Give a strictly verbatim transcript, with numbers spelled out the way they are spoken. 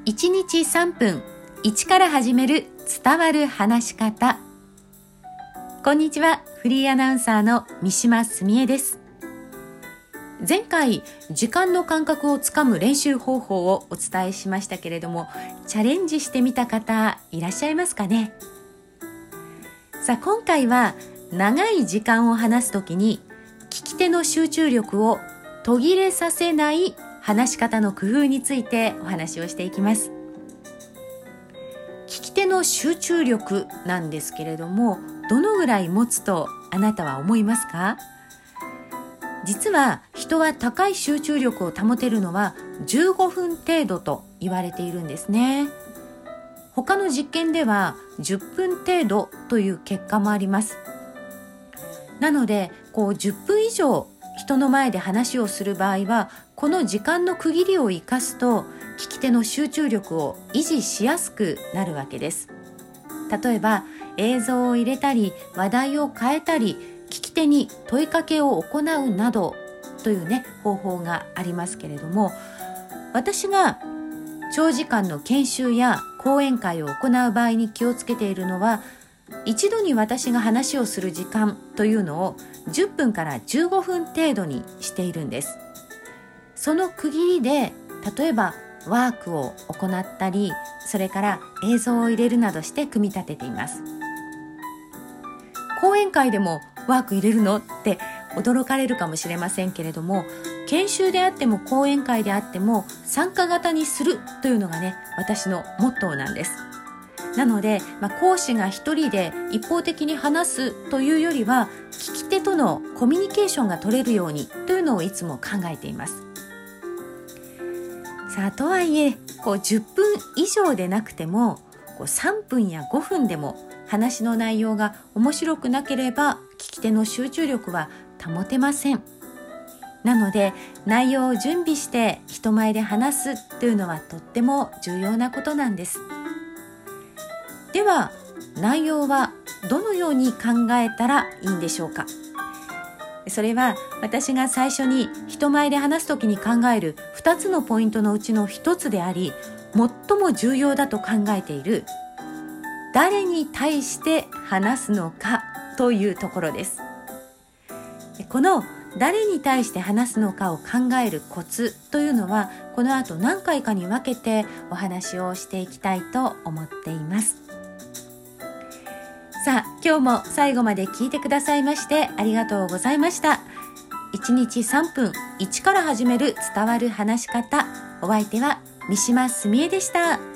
いちにちさんぷん、一から始める伝わる話し方。こんにちは、フリーアナウンサーの三島澄江です。前回、時間の感覚をつかむ練習方法をお伝えしましたけれども、チャレンジしてみた方いらっしゃいますかね。さあ、今回は長い時間を話すときに聞き手の集中力を途切れさせない話し方の工夫についてお話をしていきます。聞き手の集中力なんですけれども、どのぐらい持つとあなたは思いますか？実は人は高い集中力を保てるのはじゅうごふん程度と言われているんですね。他の実験ではじゅっぷん程度という結果もあります。なのでこうじゅっぷん以上人の前で話をする場合は、この時間の区切りを生かすと聞き手の集中力を維持しやすくなるわけです。例えば映像を入れたり話題を変えたり、聞き手に問いかけを行うなどというね方法がありますけれども、私が長時間の研修や講演会を行う場合に気をつけているのは、一度に私が話をする時間というのをじゅっぷんからじゅうごふん程度にしているんです。その区切りで例えばワークを行ったり、それから映像を入れるなどして組み立てています。講演会でもワーク入れるのって驚かれるかもしれませんけれども、研修であっても講演会であっても参加型にするというのがね、私のモットーなんです。なので、まあ、講師が一人で一方的に話すというよりは、聞き手とのコミュニケーションが取れるようにというのをいつも考えています。さあ、とはいえこうじゅっぷん以上でなくても、こうさんぷんやごふんでも話の内容が面白くなければ聞き手の集中力は保てません。なので内容を準備して人前で話すというのはとっても重要なことなんです。では内容はどのように考えたらいいんでしょうか。それは私が最初に人前で話すときに考えるふたつのポイントのうちのひとつであり、最も重要だと考えている誰に対して話すのかというところです。この誰に対して話すのかを考えるコツというのは、この後何回かに分けてお話をしていきたいと思っています。さあ、今日も最後まで聞いてくださいましてありがとうございました。いちにちさんぷん、一から始める伝わる話し方。お相手は三島澄江でした。